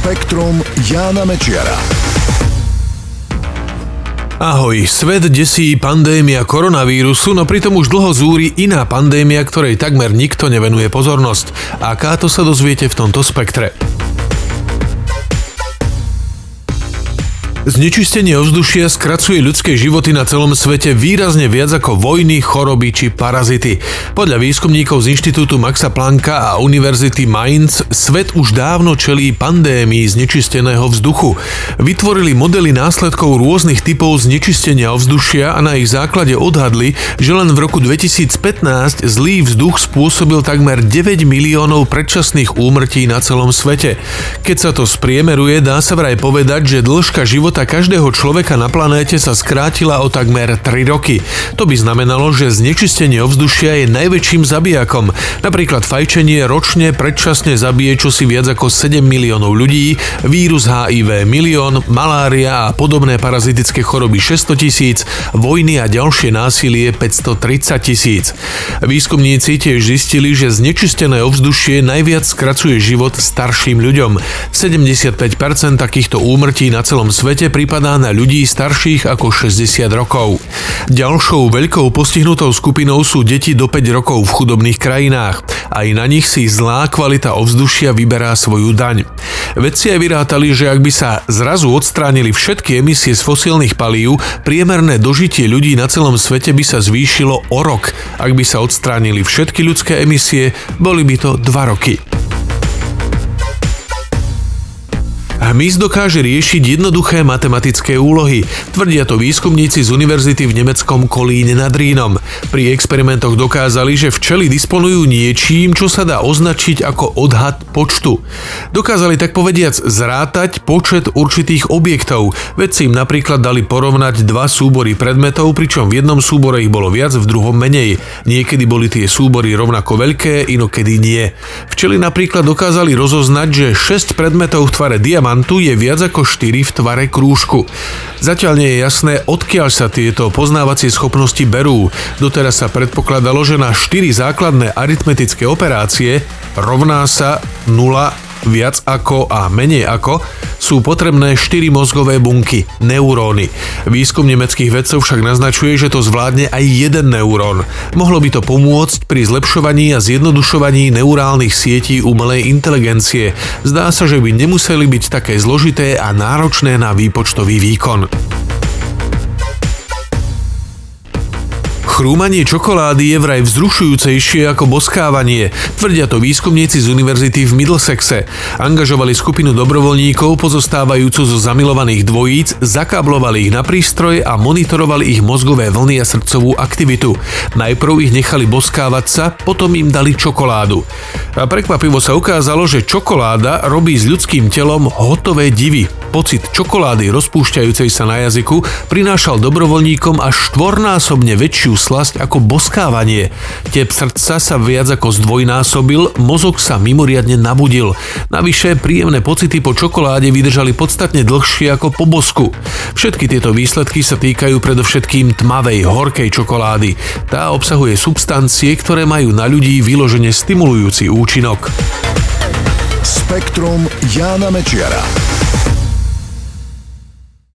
Spektrum Jána Mečiara. Ahoj, svet desí pandémia koronavírusu, no pritom už dlho zúri iná pandémia, ktorej takmer nikto nevenuje pozornosť. Aká to sa dozviete v tomto spektre. Znečistenie ovzdušia skracuje ľudské životy na celom svete výrazne viac ako vojny, choroby či parazity. Podľa výskumníkov z Inštitútu Maxa Plancka a Univerzity Mainz svet už dávno čelí pandémii znečisteného vzduchu. Vytvorili modely následkov rôznych typov znečistenia ovzdušia a na ich základe odhadli, že len v roku 2015 zlý vzduch spôsobil takmer 9 miliónov predčasných úmrtí na celom svete. Keď sa to spriemeruje, dá sa vraj povedať, že dĺžka života každého človeka na planéte sa skrátila o takmer 3 roky. To by znamenalo, že znečistenie ovzdušia je najväčším zabijakom. Napríklad fajčenie ročne predčasne zabije čosi viac ako 7 miliónov ľudí, vírus HIV milión, malária a podobné parazitické choroby 600 000, vojny a ďalšie násilie 530 000. Výskumníci tiež zistili, že znečistené ovzdušie najviac skracuje život starším ľuďom. 75% takýchto úmrtí na celom svete pripadá na ľudí starších ako 60 rokov. Ďalšou veľkou postihnutou skupinou sú deti do 5 rokov v chudobných krajinách. Aj na nich si zlá kvalita ovzdušia vyberá svoju daň. Vedci aj vyrátali, že ak by sa zrazu odstránili všetky emisie z fosílnych palív, priemerné dožitie ľudí na celom svete by sa zvýšilo o rok. Ak by sa odstránili všetky ľudské emisie, boli by to 2 roky. Hmyz dokáže riešiť jednoduché matematické úlohy. Tvrdia to výskumníci z univerzity v nemeckom Kolíne nad Rínom. Pri experimentoch dokázali, že včely disponujú niečím, čo sa dá označiť ako odhad počtu. Dokázali tak povediac zrátať počet určitých objektov. Vedci im napríklad dali porovnať 2 súbory predmetov, pričom v jednom súbore ich bolo viac, v druhom menej. Niekedy boli tie súbory rovnako veľké, inokedy nie. Včely napríklad dokázali rozoznať, že 6 predmetov v tvare diamantu je viac ako 4 v tvare krúžku. Zatiaľ nie je jasné, odkiaľ sa tieto poznávacie schopnosti berú. Doteraz sa predpokladalo, že na 4 základné aritmetické operácie rovná sa 0, viac ako a menej ako sú potrebné 4 mozgové bunky, neuróny. Výskum nemeckých vedcov však naznačuje, že to zvládne aj 1 neurón. Mohlo by to pomôcť pri zlepšovaní a zjednodušovaní neurálnych sietí umelej inteligencie. Zdá sa, že by nemuseli byť také zložité a náročné na výpočtový výkon. Chrúmanie čokolády je vraj vzrušujúcejšie ako boskávanie. Tvrdia to výskumníci z univerzity v Middlesexe. Angažovali skupinu dobrovoľníkov pozostávajúcu zo zamilovaných dvojíc, zakáblovali ich na prístroje a monitorovali ich mozgové vlny a srdcovú aktivitu. Najprv ich nechali boskávať sa, potom im dali čokoládu. A prekvapivo sa ukázalo, že čokoláda robí s ľudským telom hotové divy. Pocit čokolády rozpúšťajúcej sa na jazyku prinášal dobrovoľníkom až 4-násobne väčšiu slasť ako boskávanie. Tep srdca sa viac ako zdvojnásobil, mozog sa mimoriadne nabudil. Navyše príjemné pocity po čokoláde vydržali podstatne dlhšie ako po bosku. Všetky tieto výsledky sa týkajú predovšetkým tmavej, horkej čokolády. Tá obsahuje substancie, ktoré majú na ľudí vyložene stimulujúci účinok. Spektrum Jána Mečiara.